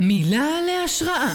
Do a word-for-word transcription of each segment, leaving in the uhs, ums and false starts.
מילה להשראה.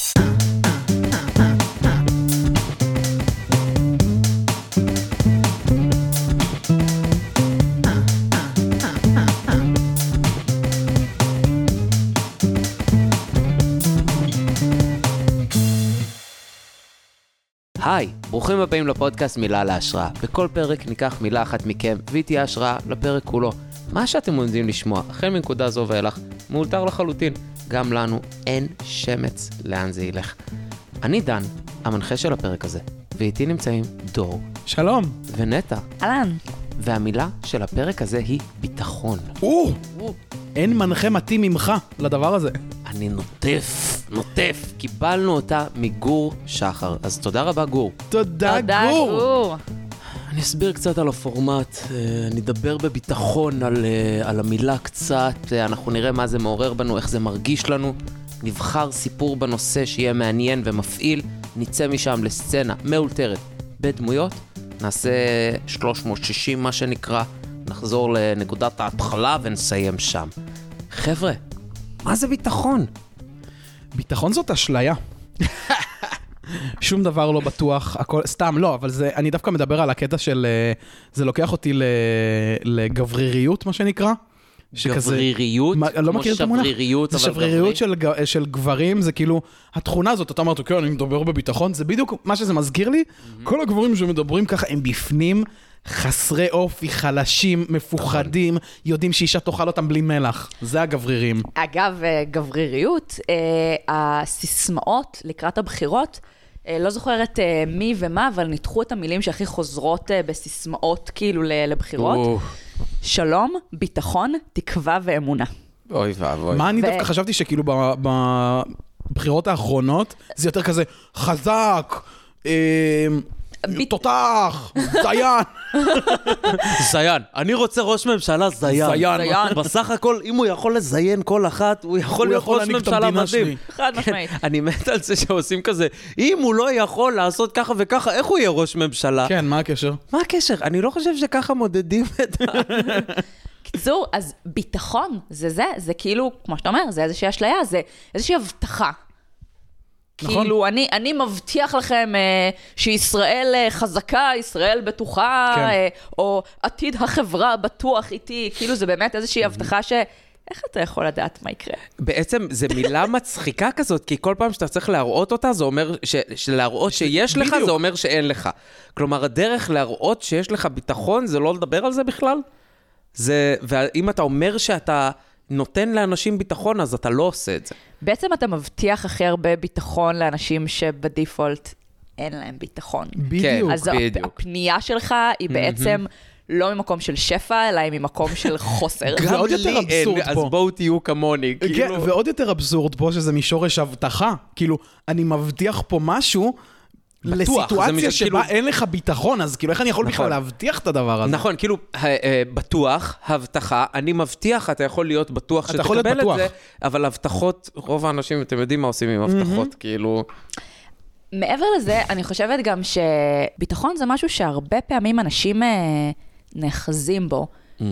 היי, ברוכים הבאים לפודקאסט מילה להשראה. בכל פרק ניקח מילה אחת מכם והיא תהיה השראה לפרק כולו. מה שאתם עומדים לשמוע, החל מנקודה זו ואילך, מאולתר לחלוטין. גם לנו אין שמץ לאן זה ילך. אני דן, המנחה של הפרק הזה, ואיתי נמצאים דור. שלום. ונטע. אהלן. והמילה של הפרק הזה היא ביטחון. או! אין מנחה מתאים ממך לדבר הזה. אני נוטף, נוטף. קיבלנו אותה מגור שחר. אז תודה רבה גור. תודה, תודה גור. גור. אני אסביר קצת על הפורמט, אני אדבר בביטחון על, על המילה קצת, אנחנו נראה מה זה מעורר בנו, איך זה מרגיש לנו, נבחר סיפור בנושא שיהיה מעניין ומפעיל, נצא משם לסצנה מאולתרת בדמויות, נעשה שלוש מאות שישים מה שנקרא, נחזור לנקודת ההתחלה ונסיים שם. חבר'ה, מה זה ביטחון? ביטחון זאת אשליה. שום דבר לא בטוח, הכל, סתם לא, אבל זה, אני דווקא מדבר על הקטע של, זה לוקח אותי לגבריריות, מה שנקרא. גבריריות? מה, לא מכיר את המונח? שבריריות, זה שבריריות של, של גברים, זה כאילו, התכונה הזאת, אתה אומרת, כן, אני מדבר בביטחון, זה בדיוק מה שזה מזכיר לי, כל הגברים שמדברים ככה, הם בפנים, חסרי אופי, חלשים, מפוחדים, יודעים שאישה תאכל אותם בלי מלח. זה הגברירים. אגב, גבריריות, הסיסמאות לקראת הבחירות, לא זוכרת מי ומה, אבל ניתחו את המילים שהכי חוזרות בסיסמאות כאילו לבחירות. שלום, ביטחון, תקווה ואמונה. אוי ואבוי. מה אני דווקא חשבתי שכאילו בבחירות האחרונות, זה יותר כזה חזק, תותח, זיין. זיין. אני רוצה ראש ממשלה זיין. זיין. בסך הכל, אם הוא יכול לזיין כל אחת, הוא יכול להיות ראש ממשלה מדהים. חד משמעית. אני מת על זה שעושים כזה, אם הוא לא יכול לעשות ככה וככה, איך הוא יהיה ראש ממשלה? כן, מה הקשר? מה הקשר? אני לא חושב שככה מודדים את ה... קיצור, אז ביטחון, זה זה, זה כאילו, כמו שאתה אומר, זה איזושהי אשליה, זה איזושהי הבטחה. נכון. כאילו, אני, אני מבטיח לכם אה, שישראל אה, חזקה, ישראל בטוחה, כן. אה, או עתיד החברה בטוח איתי, כאילו זה באמת איזושהי הבטחה ש... איך אתה יכול לדעת מה יקרה? בעצם זה מילה מצחיקה כזאת, כי כל פעם שאתה צריך להראות אותה, זה אומר ש... שלהראות שיש לך, זה אומר שאין לך. כלומר, הדרך להראות שיש לך ביטחון, זה לא לדבר על זה בכלל. זה... ואם אתה אומר שאתה נותן לאנשים ביטחון, אז אתה לא עושה את זה. בעצם אתה מבטיח הכי הרבה ביטחון לאנשים שבדיפולט אין להם ביטחון. בדיוק. אז בדיוק. הפנייה שלך היא בעצם לא ממקום של שפע, אלא היא ממקום של חוסר. גם ועוד יותר אבסורד אז פה. בואו תהיו כמוני. כן, כאילו... ועוד יותר אבסורד פה שזה משורש הבטחה. כאילו, אני מבטיח פה משהו לסיטואציה שבה אין לך ביטחון, אז כאילו איך אני יכול בכלל להבטיח את הדבר הזה? נכון, כאילו, בטוח, הבטחה, אני מבטיח, אתה יכול להיות בטוח שתקבל את זה, אבל הבטחות, רוב האנשים, אתם יודעים מה עושים עם הבטחות, כאילו... מעבר לזה, אני חושבת גם שביטחון זה משהו שהרבה פעמים אנשים נחזים בו.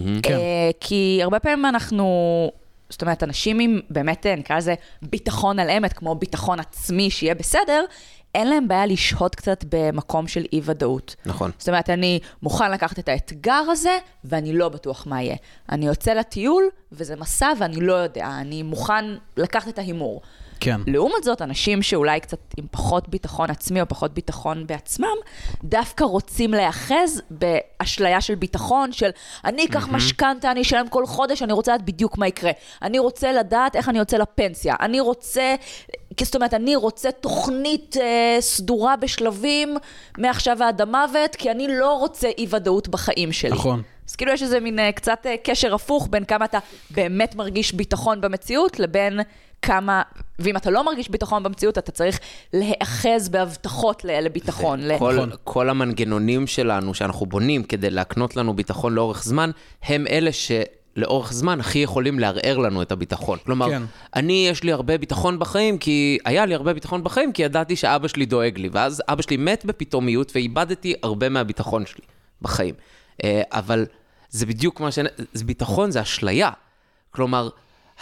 כי הרבה פעמים אנחנו... זאת אומרת, אנשים עם באמת, נקרא לזה, ביטחון על אמת, כמו ביטחון עצמי שיהיה בסדר, אין להם בעיה לשהות קצת במקום של אי-ודאות. נכון. זאת אומרת, אני מוכן לקחת את האתגר הזה, ואני לא בטוח מה יהיה. אני יוצא לטיול, וזה מסע, ואני לא יודע. אני מוכן לקחת את ההימור. כן. לעומת זאת, אנשים שאולי קצת עם פחות ביטחון עצמי, או פחות ביטחון בעצמם, דווקא רוצים להאחז באשליה של ביטחון, של אני אקח משכנתה, אני אשלם כל חודש, אני רוצה לדעת בדיוק מה יקרה. אני רוצה לדעת איך אני יוצא לפנסיה. אני רוצה, זאת אומרת, אני רוצה תוכנית אה, סדורה בשלבים, מעכשיו ועד המוות, כי אני לא רוצה אי-ודאות בחיים שלי. נכון. אז כאילו יש איזה מין אה, קצת אה, קשר הפוך, בין כמה אתה באמת מרגיש ביטחון במציאות, לבין... כמה, ואם אתה לא מרגיש ביטחון במציאות, אתה צריך להאחז בהבטחות לביטחון. כל, כל המנגנונים שלנו, שאנחנו בונים כדי להקנות לנו ביטחון לאורך זמן, הם אלה שלאורך זמן הכי יכולים לערער לנו את הביטחון. כלומר, כן. אני יש לי הרבה ביטחון בחיים, כי היה לי הרבה ביטחון בחיים, כי ידעתי שאבא שלי דואג לי, ואז אבא שלי מת בפתאומיות, ואיבדתי הרבה מהביטחון שלי בחיים. אבל זה בדיוק מה ש... זה ביטחון, זה אשליה. כלומר,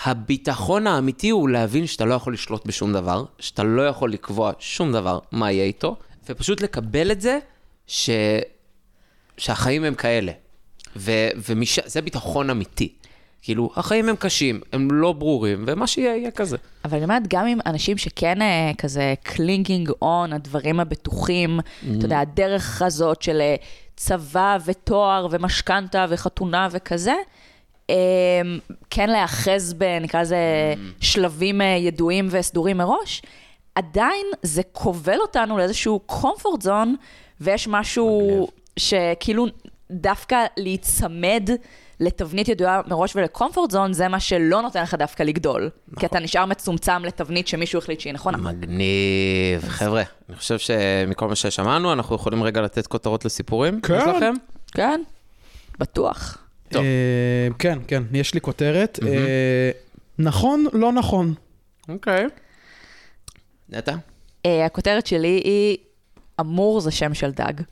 הביטחון האמיתי הוא להבין שאתה לא יכול לשלוט בשום דבר, שאתה לא יכול לקבוע שום דבר מה יהיה איתו, ופשוט לקבל את זה ש... שהחיים הם כאלה. ו... ומש... זה ביטחון אמיתי. כאילו, החיים הם קשים, הם לא ברורים, ומה שיהיה יהיה כזה. אבל אני אומרת, גם עם אנשים שכן אה, כזה קלינגינג און, הדברים הבטוחים, mm-hmm. אתה יודע, הדרך הזאת של אה, צבא ותואר ומשכנתה וחתונה וכזה, אה, כן להאחז ב, נקרא לזה, mm-hmm. שלבים אה, ידועים וסדורים מראש, עדיין זה כובל אותנו לאיזשהו comfort zone, ויש משהו שכאילו דווקא להיצמד לתבנית ידועה מראש ולקומפורט זון, זה מה שלא נותן לך דווקא לגדול. נכון. כי אתה נשאר מצומצם לתבנית שמישהו החליט שהיא נכונה. מגניב. חבר'ה, אני חושב שמכל מה ששמענו, אנחנו יכולים רגע לתת כותרות לסיפורים. כן. יש לכם? כן, בטוח. טוב. אה, כן, כן, יש לי כותרת. אה, נכון, לא נכון. אוקיי. נטע? אה, הכותרת שלי היא, אמור זה שם של דג.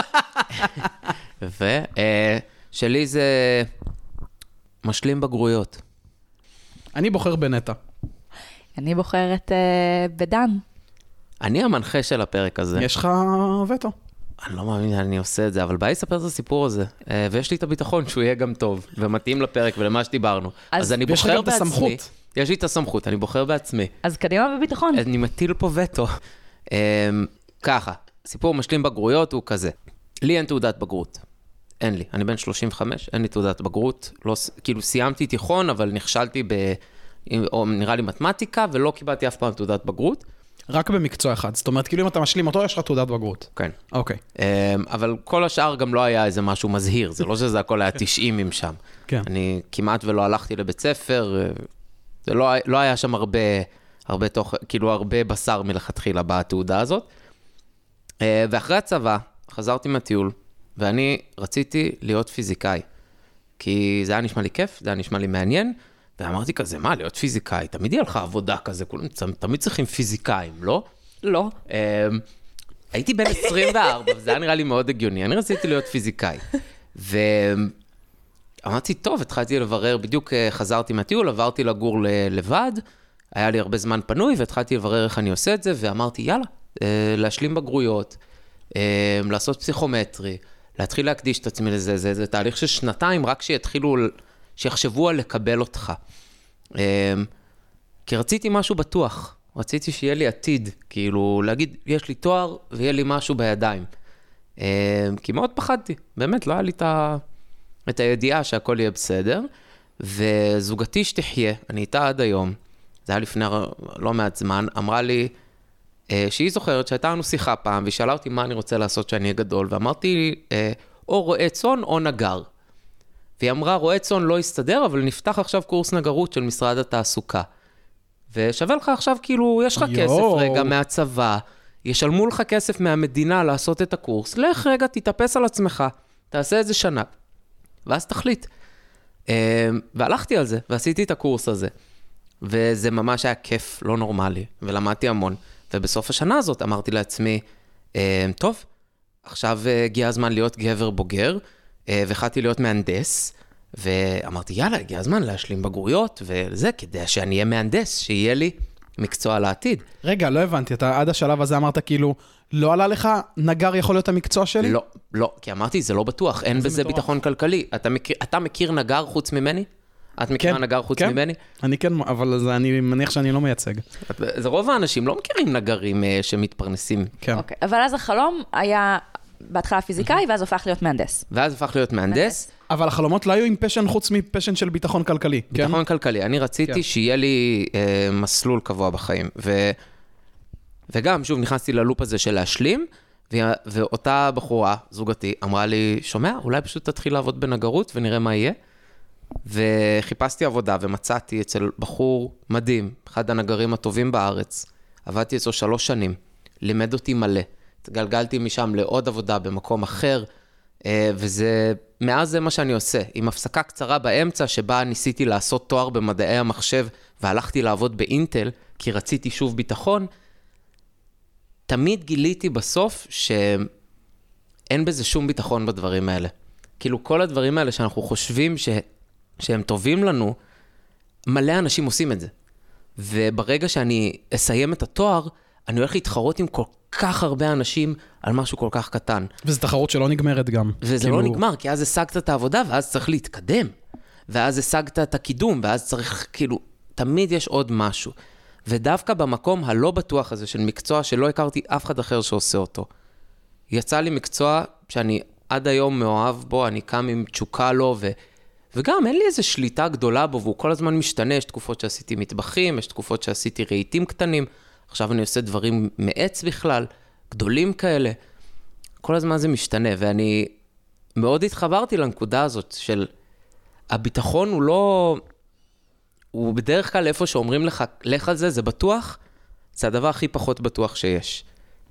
ו... אה, שלי זה משלים בגרויות. אני בוחר בנטע. אני בוחרת אה, בדן. אני המנחה של הפרק הזה. יש לך וטו. אני לא מאמין שאני עושה את זה, אבל באי ספר את הסיפור הזה, ויש לי את הביטחון שהוא יהיה גם טוב, ומתאים לפרק ולמה שדיברנו. אז, אז אני בוחר בעצמי. הסמכות. יש לי את הסמכות, אני בוחר בעצמי. אז קדימה בביטחון. אני מטיל פה וטו. ככה, סיפור משלים בגרויות הוא כזה. לי אין תעודת בגרות. אין לי. אני בן שלושים וחמש, אין לי תעודת בגרות. לא, כאילו סיימתי תיכון, אבל נכשלתי ב... או נראה לי מתמטיקה, ולא קיבלתי אף פעם תעודת בגרות. רק במקצוע אחד. זאת אומרת, כאילו אם אתה משלים אותו, יש לך תעודת בגרות. כן. אוקיי. אבל כל השאר גם לא היה איזה משהו מזהיר. זה לא שזה הכל היה תשעים עם שם. כן. אני כמעט ולא הלכתי לבית ספר. זה לא, לא היה שם הרבה, הרבה תוך, כאילו הרבה בשר מלכתחילה בתעודה הזאת. ואחרי הצבא, חזרתי מהטיול, ואני רציתי להיות פיזיקאי. כי זה היה נשמע לי כיף, זה היה נשמע לי מעניין, ואמרתי כזה, מה, להיות פיזיקאי? תמיד יהיה לך עבודה כזה, כולם תמיד צריכים פיזיקאים, לא? לא. הייתי בן עשרים וארבע, וזה היה נראה לי מאוד הגיוני. אני רציתי להיות פיזיקאי. ואמרתי, טוב, התחלתי לברר, בדיוק חזרתי מהטיול, עברתי לגור לבד, היה לי הרבה זמן פנוי, והתחלתי לברר איך אני עושה את זה, ואמרתי, יאללה, להשלים בגרויות, לעשות פסיכומטרי, להתחיל להקדיש את עצמי לזה, זה, זה תהליך של שנתיים, רק שיתחילו, שיחשבו על לקבל אותך. כי רציתי משהו בטוח, רציתי שיהיה לי עתיד, כאילו להגיד, יש לי תואר ויהיה לי משהו בידיים. כי מאוד פחדתי, באמת, לא היה לי את, ה... את הידיעה שהכל יהיה בסדר, וזוגתי שתחיה, אני איתה עד היום, זה היה לפני לא מעט זמן, אמרה לי, שהיא זוכרת שהייתה לנו שיחה פעם, והיא שאלה אותי מה אני רוצה לעשות שאני אהיה גדול, ואמרתי, או רועה צאן או נגר. והיא אמרה, רועה צאן לא יסתדר, אבל נפתח עכשיו קורס נגרות של משרד התעסוקה. ושווה לך עכשיו, כאילו, יש לך כסף רגע מהצבא, ישלמו לך כסף מהמדינה לעשות את הקורס, לך רגע, תתאפס על עצמך, תעשה איזה שנה, ואז תחליט. והלכתי על זה, ועשיתי את הקורס הזה, וזה ממש היה כיף, לא נורמלי, ולמדתי המון. ובסוף השנה הזאת אמרתי לעצמי, טוב, עכשיו הגיע הזמן להיות גבר בוגר, והחלטתי להיות מהנדס, ואמרתי, יאללה, הגיע הזמן להשלים בגרויות, וזה כדי שאני אהיה מהנדס, שיהיה לי מקצוע לעתיד. רגע, לא הבנתי, אתה עד השלב הזה אמרת כאילו, לא עלה לך, נגר יכול להיות המקצוע שלי? לא, לא, כי אמרתי, זה לא בטוח, אין בזה ביטחון כלכלי. אתה מכיר, אתה מכיר נגר חוץ ממני? את מכירה נגר חוץ ממני? אני כן, אבל אני מניח שאני לא מייצג. זה רוב האנשים לא מכירים נגרים שמתפרנסים. כן. אוקיי, אבל אז החלום היה בהתחלה פיזיקאי, ואז הופך להיות מהנדס. ואז הופך להיות מהנדס. אבל החלומות לא היו עם פשן חוץ מפשן של ביטחון כלכלי. ביטחון כלכלי. אני רציתי שיהיה לי מסלול קבוע בחיים. וגם, שוב, נכנסתי ללופ הזה של להשלים, ואותה בחורה, זוגתי, אמרה לי, שומע, אולי פשוט תתחיל לעבוד בנגרות ונראה מה יהיה. וחיפשתי עבודה ומצאתי אצל בחור מדהים, אחד הנגרים הטובים בארץ. עבדתי אצלו שלוש שנים, לימד אותי מלא. גלגלתי משם לעוד עבודה במקום אחר, וזה, מאז זה מה שאני עושה. עם הפסקה קצרה באמצע שבה ניסיתי לעשות תואר במדעי המחשב, והלכתי לעבוד באינטל, כי רציתי שוב ביטחון, תמיד גיליתי בסוף שאין בזה שום ביטחון בדברים האלה. כאילו כל הדברים האלה שאנחנו חושבים ש... שהם טובים לנו, מלא אנשים עושים את זה. וברגע שאני אסיים את התואר, אני הולך להתחרות עם כל כך הרבה אנשים על משהו כל כך קטן. וזו תחרות שלא נגמרת גם. וזה כאילו... לא נגמר, כי אז השגת את העבודה, ואז צריך להתקדם. ואז השגת את הקידום, ואז צריך, כאילו, תמיד יש עוד משהו. ודווקא במקום הלא בטוח הזה של מקצוע שלא הכרתי אף אחד אחר שעושה אותו. יצא לי מקצוע שאני עד היום מאוהב בו, אני קם עם תשוקה לו, ו... וגם אין לי איזו שליטה גדולה בו, והוא כל הזמן משתנה, יש תקופות שעשיתי מטבחים, יש תקופות שעשיתי רהיטים קטנים, עכשיו אני עושה דברים מעץ בכלל, גדולים כאלה. כל הזמן זה משתנה, ואני מאוד התחברתי לנקודה הזאת של הביטחון הוא לא... הוא בדרך כלל איפה שאומרים לך, לך על זה, זה בטוח, זה הדבר הכי פחות בטוח שיש.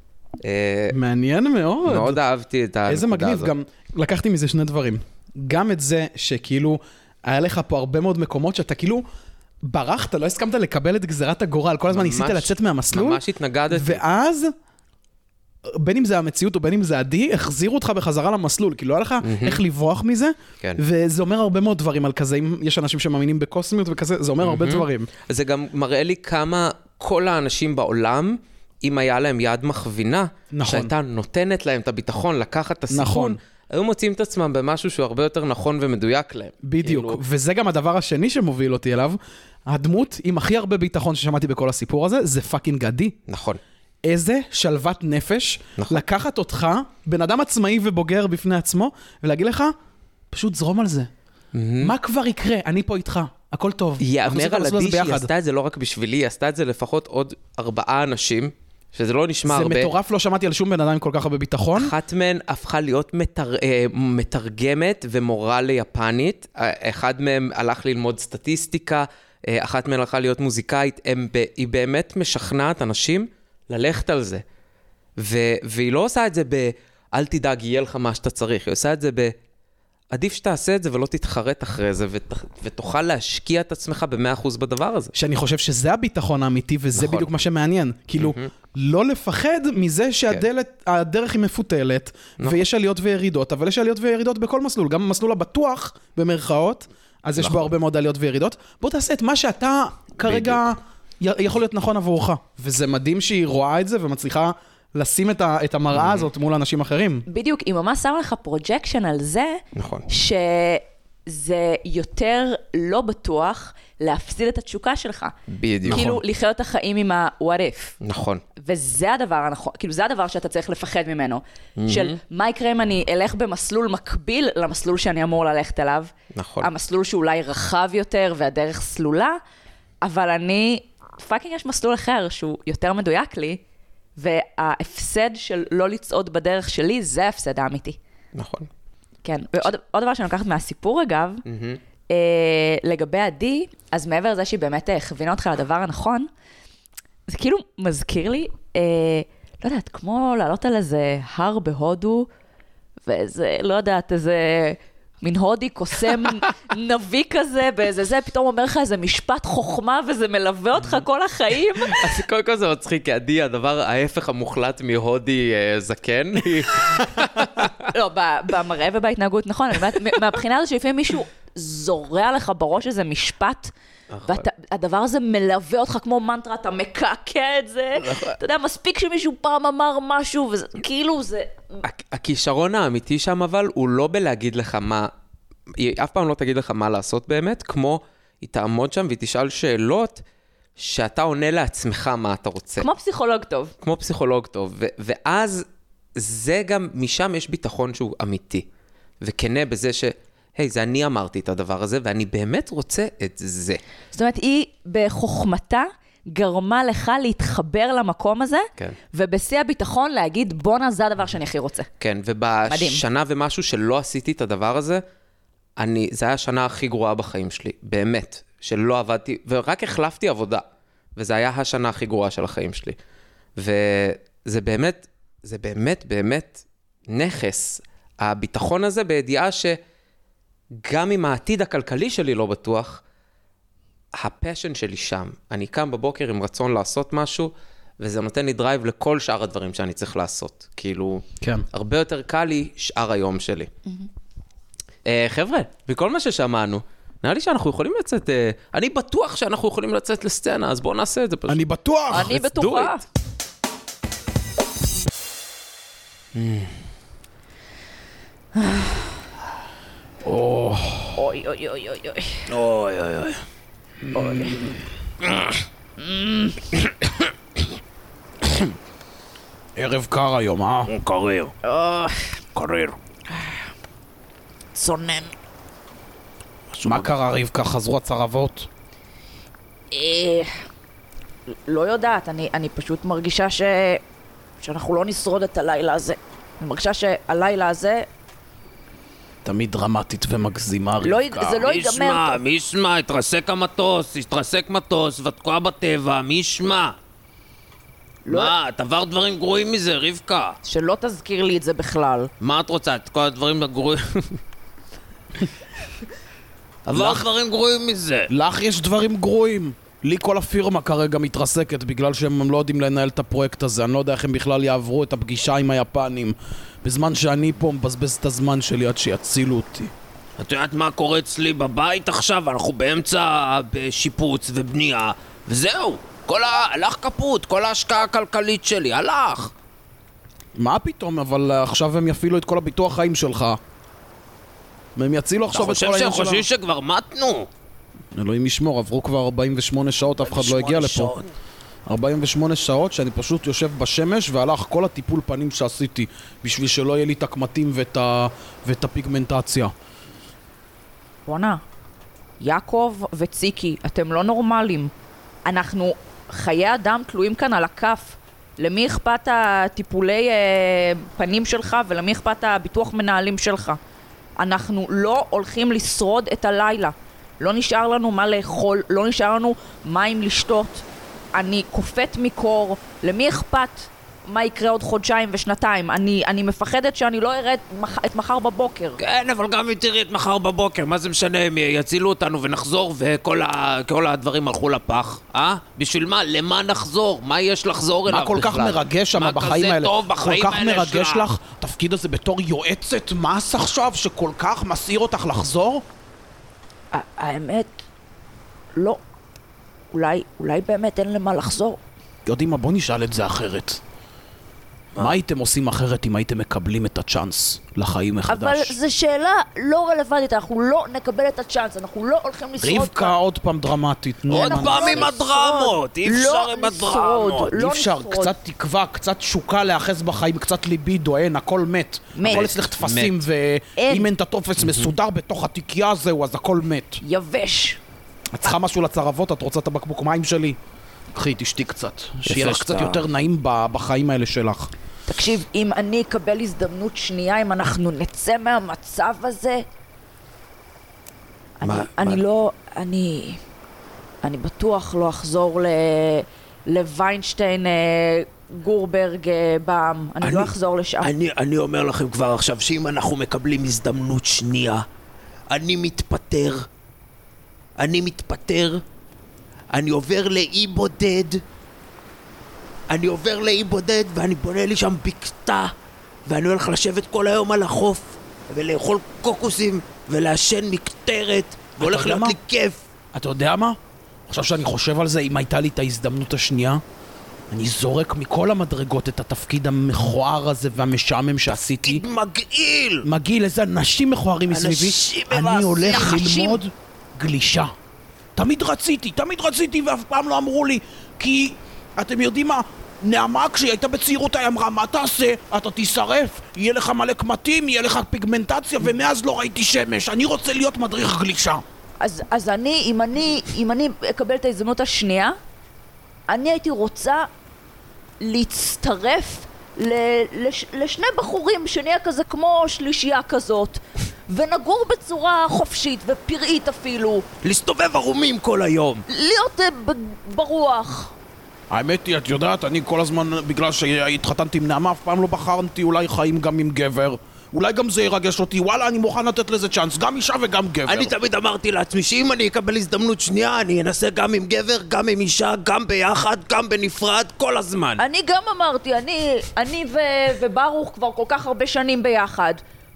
מעניין מאוד. מאוד אהבתי את הנקודה הזאת. איזה מגניב, גם לקחתי מזה שני דברים. גם את זה שכאילו, היה לך פה הרבה מאוד מקומות שאתה כאילו ברחת, לא הסכמת לקבל את גזירת הגורל, כל הזמן ניסית לצאת מהמסלול. ממש התנגדתי. ואז, בין אם זה המציאות או בין אם זה עדי, החזירו אותך בחזרה למסלול, כי לא היה לך איך לברוח מזה, וזה אומר הרבה מאוד דברים על כזה, אם יש אנשים שמאמינים בקוסמיות וכזה, זה אומר הרבה דברים. זה גם מראה לי כמה כל האנשים בעולם, אם היה להם יד מכווינה, שהייתה נותנת להם את הביטחון, לקחת את הסיכון, היו מוצאים את עצמם במשהו שהוא הרבה יותר נכון ומדויק להם. בדיוק, וזה גם הדבר השני שמוביל אותי אליו, הדמות עם הכי הרבה ביטחון ששמעתי בכל הסיפור הזה, זה פאקינג עדי. נכון. איזה שלוות נפש, נכון. לקחת אותך, בן אדם עצמאי ובוגר בפני עצמו, ולהגיד לך, פשוט זרום על זה. Mm-hmm. מה כבר יקרה? אני פה איתך, הכל טוב. יאמר על עדי שהיא עשתה את זה לא רק בשבילי, היא עשתה את זה לפחות עוד ארבעה אנשים, שזה לא נשמע זה הרבה. זה מטורף, לא שמעתי על שום בן אדם עם כל כך הרבה ביטחון. אחת מהן הפכה להיות מתר... מתרגמת ומורה ליפנית, אחד מהם הלך ללמוד סטטיסטיקה, אחת מהן הלכה להיות מוזיקאית, הם... היא באמת משכנעת אנשים ללכת על זה. ו... והיא לא עושה את זה ב... אל תדאג, יהיה לך מה שאתה צריך, היא עושה את זה ב... עדיף שתעשה את זה ולא תתחרט אחרי זה, ות... ותוכל להשקיע את עצמך ב-מאה אחוז בדבר הזה. שאני חושב שזה הביטחון האמיתי, וזה נכון. בדיוק מה שמעניין. כאילו, mm-hmm. לא לפחד מזה שהדלת, כן. הדרך היא מפותלת, נכון. ויש עליות וירידות, אבל יש עליות וירידות בכל מסלול, גם במסלול הבטוח, במרכאות, אז נכון. יש בו הרבה מאוד עליות וירידות. בוא תעשה את מה שאתה כרגע בדיוק. יכול להיות נכון עבורך. וזה מדהים שהיא רואה את זה ומצליחה לשים את, ה, את המראה הזאת מול אנשים אחרים. בדיוק, היא ממש שם לך פרוג'קשן על זה, נכון. שזה יותר לא בטוח להפסיד את התשוקה שלך. בדיוק. כאילו, לחיות את החיים עם ה-what if. נכון. וזה הדבר הנכון, כאילו, זה הדבר שאתה צריך לפחד ממנו. של מה יקרה אם אני אלך במסלול מקביל למסלול שאני אמור ללכת אליו. נכון. המסלול שאולי רחב יותר והדרך סלולה, אבל אני, פאקינג יש מסלול אחר שהוא יותר מדויק לי, וההפסד של לא לצעוד בדרך שלי, זה ההפסד האמיתי. נכון. כן, ועוד עוד דבר שאני לוקחת מהסיפור אגב, mm-hmm. אה, לגבי עדי, אז מעבר לזה שהיא באמת הכווינה אותך לדבר הנכון, זה כאילו מזכיר לי, אה, לא יודעת, כמו לעלות על איזה הר בהודו, ואיזה, לא יודעת, איזה מין הודי קוסם נביא כזה, באיזה זה, פתאום אומר לך איזה משפט חוכמה, וזה מלווה אותך כל החיים. אז קודם כל זה מצחיק, כי עדי, הדבר ההפך המוחלט מהודי זקן. לא, במראה ובהתנהגות, נכון, מהבחינה הזו שלפעמים מישהו זורע לך בראש איזה משפט, והדבר הזה מלווה אותך כמו מנטרה, אתה מקעקע את זה, אתה יודע, מספיק שמישהו פעם אמר משהו, וכאילו זה... הכישרון האמיתי שם אבל, הוא לא בלהגיד לך מה, היא אף פעם לא תגיד לך מה לעשות באמת, כמו היא תעמוד שם והיא תשאל שאלות, שאתה עונה לעצמך מה אתה רוצה. כמו פסיכולוג טוב. כמו פסיכולוג טוב, ואז זה גם, משם יש ביטחון שהוא אמיתי, וכנה בזה ש... היי, זה אני אמרתי את הדבר הזה, ואני באמת רוצה את זה. זאת אומרת, היא בחוכמתה גרמה לך להתחבר למקום הזה, כן. ובשיא הביטחון להגיד, בונה, זה הדבר שאני הכי רוצה. כן, ובשנה מדהים. ומשהו שלא עשיתי את הדבר הזה, אני, זה היה השנה הכי גרועה בחיים שלי, באמת, שלא עבדתי, ורק החלפתי עבודה, וזה היה השנה הכי גרועה של החיים שלי. וזה באמת, זה באמת, באמת נכס. הביטחון הזה בידיעה ש... גם אם העתיד הכלכלי שלי לא בטוח, הפשן שלי שם. אני קם בבוקר עם רצון לעשות משהו, וזה נותן לי דרייב לכל שאר הדברים שאני צריך לעשות. כאילו, כן. הרבה יותר קל לי שאר היום שלי. Mm-hmm. Uh, חבר'ה, בכל מה ששמענו, נראה לי שאנחנו יכולים לצאת, אני בטוח שאנחנו יכולים לצאת לסצנה, אז בואו נעשה את זה פשוט. אני בטוח! אני בטוחה. אוי אוי אוי אוי אוי. אוי אוי אוי. ערב קר היום, אה? קריר. קריר. צונן. מה קרה, רבקה? חזרו הצרבות? לא יודעת, אני, אני פשוט מרגישה ש... שאנחנו לא נשרוד את הלילה הזה. אני מרגישה שהלילה הזה... תמיד דרמטית ומגזימה, רבקה. לא, זה לא ייגמר. מי ישמע, מי ישמע, התרסק המטוס, התרסק מטוס, ותקוע בטבע, מי ישמע? לא... מה, את עבר דברים גרועים מזה, רבקה? שלא תזכיר לי את זה בכלל. מה את רוצה, את כל הדברים הגרועים? עבר דברים גרועים מזה. לך יש דברים גרועים. לי כל הפירמה כרגע מתרסקת בגלל שהם לא יודעים לנהל את הפרויקט הזה. אני לא יודע איך הם בכלל יעברו את הפגישה עם היפנים בזמן שאני פה מבזבז את הזמן שלי עד שיצילו אותי. את יודעת מה קורה אצלי בבית עכשיו? אנחנו באמצע בשיפוץ ובנייה וזהו, כל ה... הלך כפות, כל ההשקעה הכלכלית שלי, הלך. מה פתאום? אבל עכשיו הם יפעילו את כל הביטוח חיים שלך. והם יצילו עכשיו את כל העניין שלנו. שלנו. אתה חושב שהם חושבים שכבר מתנו? אלוהים ישמור, עברו כבר ארבעים ושמונה שעות, אף אחד לא הגיע לפה. ארבעים ושמונה שעות שאני פשוט יושב בשמש והלך כל הטיפול פנים שעשיתי בשביל שלא יהיה לי את הקמטים ואת, ה... ואת הפיגמנטציה. בונה, יעקב וציקי, אתם לא נורמלים. אנחנו חיי אדם תלויים כאן על הכף. למי אכפת הטיפולי אה, פנים שלך ולמי אכפת הביטוח מנהלים שלך? אנחנו לא הולכים לשרוד את הלילה. לא נשאר לנו מה לאכול, לא נשאר לנו מים לשתות. אני קופאת מקור, למי אכפת מה יקרה עוד חודשיים ושנתיים? אני, אני מפחדת שאני לא אראה את, מח, את מחר בבוקר. כן, אבל גם אם תראי את מחר בבוקר, מה זה משנה, הם יצילו אותנו ונחזור וכל ה, כל הדברים הלכו לפח, אה? בשביל מה? למה נחזור? מה יש לחזור אליו בכלל? מה כל כך מרגש שם בחיים האלה? מה כזה טוב בחיים האלה כל כך מרגש שלה? לך תפקיד הזה בתור יועצת מס עכשיו שכל כך מסעיר אותך לחזור? האמת, לא. אולי, אולי באמת אין למה לחזור. יודעים מה, בוא נשאל את זה אחרת. מה הייתם עושים אחרת אם הייתם מקבלים את הצ'אנס לחיים מחדש? אבל זו שאלה לא רלוונטית, אנחנו לא נקבל את הצ'אנס, אנחנו לא הולכים לשרוד. רבקה עוד פעם דרמטית. עוד פעם עם הדרמות, אי אפשר עם הדרמות. אי אפשר, קצת תקווה, קצת שוקה לאחז בחיים, קצת ליבידו, אין, הכל מת. הכל אצלך תפסים, ואם אין את הטופס מסודר בתוך התיקייה הזהו, אז הכל מת. יבש. את צריכה משהו לצרבות? את רוצה את הבקבוק מים שלי? קחי, תשתי קצת. שיהיה לך קצת יותר נעים בחיים האלה שלך. תקשיב, אם אני אקבל הזדמנות שנייה, אם אנחנו נצא מהמצב הזה, אני, אני לא, אני, אני בטוח לא אחזור ל, לוויינשטיין גורברג בעם. אני, אני לא אחזור לשם. אני, אני אומר לכם כבר עכשיו שאם אנחנו מקבלים הזדמנות שנייה, אני מתפטר. אני מתפטר. אני עובר לאי בודד. אני עובר לאי בודד ואני בונה לי שם בקתה ואני הולך לשבת כל היום על החוף ולאכול קוקוסים ולעשן מקטרת והולך להיות לי כיף. אתה יודע מה? עכשיו שאני חושב על זה, אם הייתה לי את ההזדמנות השנייה, אני זורק מכל המדרגות את התפקיד המכוער הזה והמשעמם שעשיתי. תפקיד מגעיל! מגעיל, איזה אנשים מכוערים מסביבי. אני הולך ללמוד גלישה. תמיד רציתי, תמיד רציתי ואף פעם לא אמרו לי, כי אתם יודעים מה? נעמה כשהיא הייתה בצעירות היא אמרה, מה תעשה? אתה תישרף, יהיה לך מלא קמטים, יהיה לך פיגמנטציה, ומאז לא ראיתי שמש. אני רוצה להיות מדריך גלישה. אז, אז אני, אם אני, אם אני אקבל את ההזדמנות השנייה, אני הייתי רוצה להצטרף ל, לש, לשני בחורים שנהיה כזה כמו שלישייה כזאת, ונגור בצורה חופשית ופראית אפילו. להסתובב ערומים כל היום. להיות uh, ברוח. האמת היא, את יודעת, אני כל הזמן, בגלל שהתחתנתי עם נעמה, אף פעם לא בחרתי אולי חיים גם עם גבר. אולי גם זה ירגש אותי, וואלה, אני מוכן לתת לזה צ'אנס, גם אישה וגם גבר. אני תמיד אמרתי לעצמי שאם אני אקבל הזדמנות שנייה, אני אנסה גם עם גבר, גם עם אישה, גם ביחד, גם בנפרד, כל הזמן. אני גם אמרתי, אני, אני ו- וברוך כבר כל כך הרבה שנים ביחד.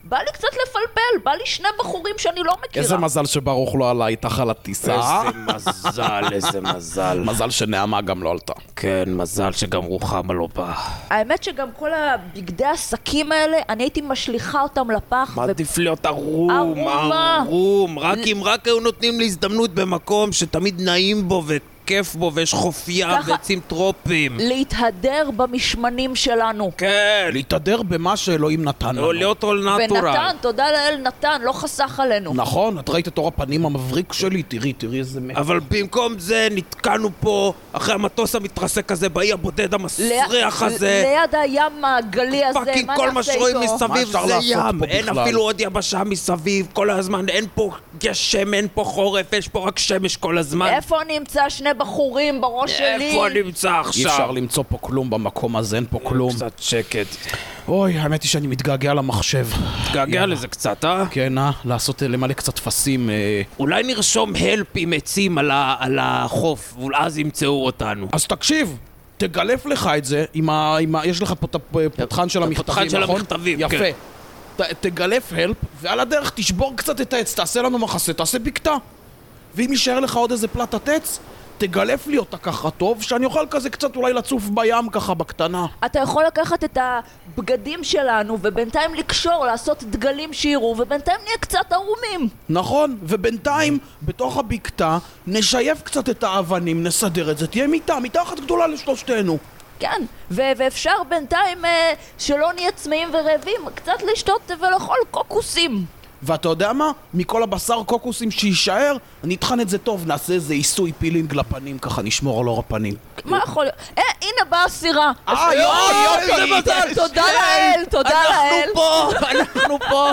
בא לי קצת לפלפל, בא לי שני בחורים שאני לא מכירה. איזה מזל שברוך לא עלה איתך על הטיסה. איזה מזל, איזה מזל. מזל שנעמה גם לא עלתה. כן, מזל שגם רוחמה לא באה. האמת שגם כל הבגדי העסקים האלה, אני הייתי משליחה אותם לפח. מעדיף להיות ערום, ערומה. ערום. רק אם רק היו נותנים לי הזדמנות במקום שתמיד נעים בו וכיף בו ויש חופייה ככה- ועצים טרופים. להתהדר במשמנים שלנו. כן, להתהדר במה שאלוהים נתן לנו. לא להיות all natural. ונתן, תודה לאל נתן, לא חסך עלינו. נכון, את ראית את אור הפנים המבריק שלי? תראי, תראי איזה מ... אבל במקום זה נתקענו פה אחרי המטוס המתרסק הזה, באי הבודד המסריח הזה. ליד הים הגלי הזה, פאקינג מה כל מה נעשה שרואים איתו? מה מסביב אפשר זה לעשות ים, פה אין בכלל? אפילו עוד יבשה מסביב, כל הזמן אין פה גשם, אין פה חורף, יש פה רק שמש כל הזמן. איפה נמצא שני בחורים בראש שלי? איפה נמצא אי עכשיו? אפשר למצוא פה כלום במקום הזה, אין פה כלום. קצת שקט. אוי, האמת היא שאני מתגעגע למחשב. תגעגע לזה קצת, אה? כן, אה? לעשות, אה, למלא קצת טפסים. אה. אולי נרשום הלפ עם עצים על ה- על החוף, ואז ימצאו אותנו. אז תקשיב, תגלף לך את זה, עם ה... עם ה... יש לך פה את הפותחן של המכתבים, הפותחן של נכון? המכתבים, יפה. כן. ת, תגלף הלפ, ועל הדרך תשבור קצת את העץ, תעשה לנו מחסה, תעשה בקתה. ואם יישאר לך עוד איזה פלטת עץ, תגלף לי אותה ככה טוב, שאני אוכל כזה קצת אולי לצוף בים ככה בקטנה. אתה יכול לקחת את הבגדים שלנו ובינתיים לקשור, לעשות דגלים שיראו, ובינתיים נהיה קצת ערומים. נכון, ובינתיים, בתוך הבקתה, נשייף קצת את האבנים, נסדר את זה, תהיה מיטה, מיטה אחת גדולה לשלושתנו. כן, ו- ואפשר בינתיים אה, שלא נהיה צמאים ורעבים, קצת לשתות ולאכול קוקוסים. ואתה יודע מה? מכל הבשר קוקוסים שיישאר, אני אטחן את זה טוב, נעשה איזה עיסוי פילינג לפנים, ככה נשמור על אור הפנים. מה יכול להיות? אה, הנה באה הסירה. אה, יואי, יואי, איזה מזל. תודה לאל, תודה לאל. אנחנו פה, אנחנו פה.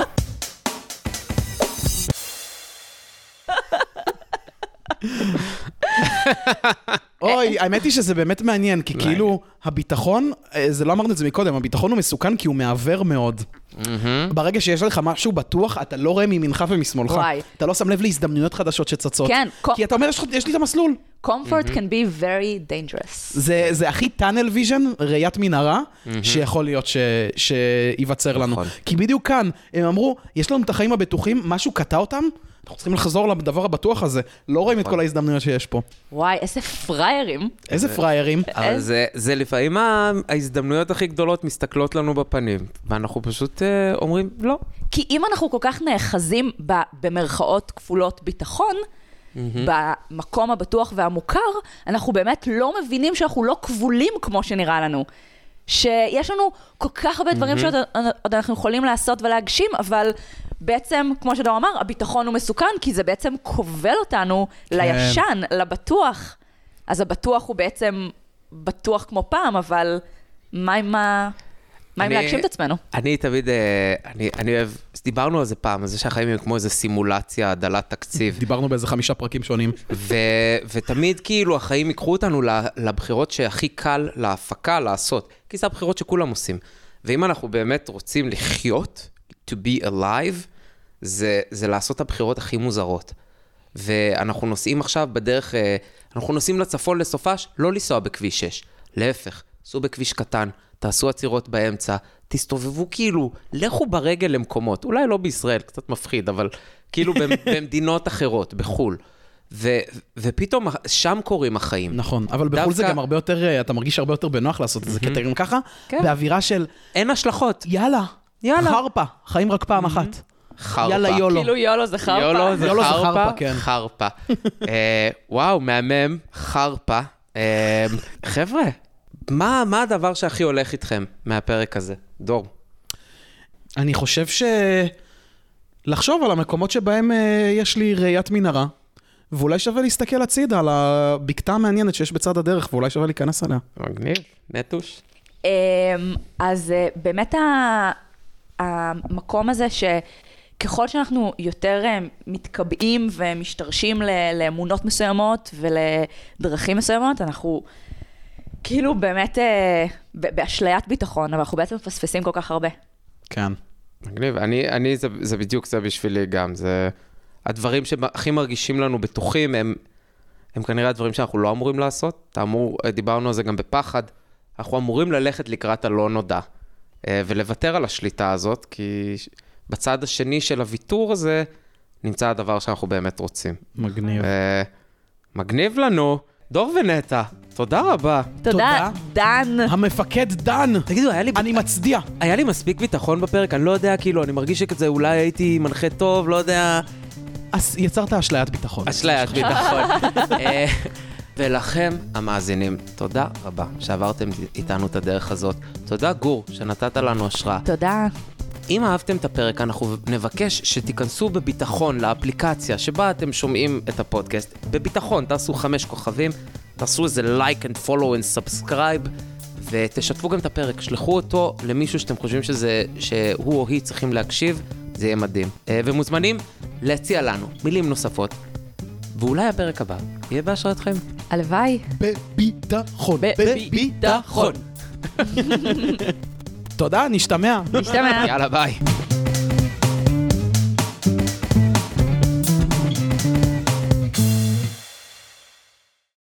אוי, האמת היא שזה באמת מעניין, כי כאילו, הביטחון, אה, זה לא אמרנו את זה מקודם, הביטחון הוא מסוכן כי הוא מעוור מאוד. ברגע שיש לך משהו בטוח, אתה לא רואה מימינך ומשמאלך. וואי. אתה לא שם לב להזדמנויות חדשות שצצות. כן, כל- כי אתה אומר, "יש לך- יש לי את המסלול. Comfort can be very dangerous. זה, זה הכי טאנל ויז'ן, ראיית מנהרה, שיכול להיות ש, שיווצר לנו. נכון. כי בדיוק כאן, הם אמרו, יש לנו את החיים הבטוחים, משהו קטע אותם, אנחנו צריכים לחזור לדבר הבטוח הזה. לא רואים את כל ההזדמנויות שיש פה. וואי, איזה פריירים. איזה פריירים. אבל זה, זה לפעמים ה- ההזדמנויות הכי גדולות מסתכלות לנו בפנים, ואנחנו פשוט אה, אומרים לא. כי אם אנחנו כל כך נאחזים ב- במרכאות כפולות ביטחון, במקום הבטוח והמוכר, אנחנו באמת לא מבינים שאנחנו לא כבולים כמו שנראה לנו. שיש לנו כל כך הרבה דברים שעוד עוד אנחנו יכולים לעשות ולהגשים, אבל בעצם, כמו שדור אמר, הביטחון הוא מסוכן, כי זה בעצם כובל אותנו לישן, לבטוח. אז הבטוח הוא בעצם בטוח כמו פעם, אבל מה עם ה... מה אם אני- להגשים את עצמנו? אני תמיד, אה, אני, אני אוהב, דיברנו על זה פעם, על זה שהחיים הם כמו איזה סימולציה, דלת תקציב. דיברנו באיזה חמישה פרקים שונים. ו, ותמיד כאילו החיים ייקחו אותנו לבחירות שהכי קל להפקה לעשות, כי זה הבחירות שכולם עושים. ואם אנחנו באמת רוצים לחיות, to be alive, זה, זה לעשות את הבחירות הכי מוזרות. ואנחנו נוסעים עכשיו בדרך, אה, אנחנו נוסעים לצפון לסופש, לא לנסוע בכביש שש, להפך, סעו בכביש קטן, תעשו עצירות באמצע, תסתובבו כאילו, לכו ברגל למקומות, אולי לא בישראל, קצת מפחיד, אבל כאילו במדינות אחרות, בחול. ו- ופתאום שם קורים החיים. נכון, אבל בחו"ל דווקא- זה גם הרבה יותר, אתה מרגיש הרבה יותר בנוח לעשות את זה, כי אתה גם ככה, כן. באווירה של, אין השלכות. יאללה, יאללה. חרפה, חיים רק פעם אחת. חרפה. יאללה יולו. כאילו יולו זה חרפה. יולו זה יולו זה חרפה. חרפה, כן. חרפה. אה, וואו, מהמם, חרפה. אה, חבר'ה, מה, מה הדבר שהכי הולך איתכם מהפרק הזה? דור. אני חושב ש... לחשוב על המקומות שבהם אה, יש לי ראיית מנהרה, ואולי שווה להסתכל הצידה על הבקתה המעניינת שיש בצד הדרך, ואולי שווה להיכנס עליה. מגניב, נטוש. אמ, אז אה, באמת ה- המקום הזה שככל שאנחנו יותר אה, מתקבעים ומשתרשים ל- לאמונות מסוימות ולדרכים מסוימות, אנחנו כאילו באמת אה, ב- באשליית ביטחון, אבל אנחנו בעצם מפספסים כל כך הרבה. כן. מגניב, אני, אני זה, זה בדיוק זה בשבילי גם, זה הדברים שהכי מרגישים לנו בטוחים, הם, הם כנראה הדברים שאנחנו לא אמורים לעשות, אתה אמור, דיברנו על זה גם בפחד, אנחנו אמורים ללכת לקראת הלא נודע, ולוותר על השליטה הזאת, כי, בצד השני של הוויתור הזה, נמצא הדבר שאנחנו באמת רוצים. מגניב. מגניב לנו. דור ונטע, תודה רבה. תודה, דן. המפקד דן. תגידו, היה לי... אני מצדיע. היה לי מספיק ביטחון בפרק, אני לא יודע, כאילו, אני מרגיש שכזה, אולי הייתי מנחה טוב, לא יודע... אז יצרת אשליית ביטחון. אשליית ביטחון. ולכם, המאזינים, תודה רבה שעברתם איתנו את הדרך הזאת. תודה, גור, שנתת לנו השראה. תודה. אם אהבתם את הפרק, אנחנו נבקש שתיכנסו בביטחון לאפליקציה שבה אתם שומעים את הפודקאסט. בביטחון, תעשו חמש כוכבים, תעשו איזה לייק and follow and subscribe, ותשתפו גם את הפרק. שלחו אותו למישהו שאתם חושבים שזה, שהוא או היא צריכים להקשיב, זה יהיה מדהים. ומוזמנים להציע לנו מילים נוספות. ואולי הפרק הבא יהיה בהשראתכם. הלוואי. בביטחון. בביטחון. תודה, נשתמע. נשתמע. יאללה, ביי.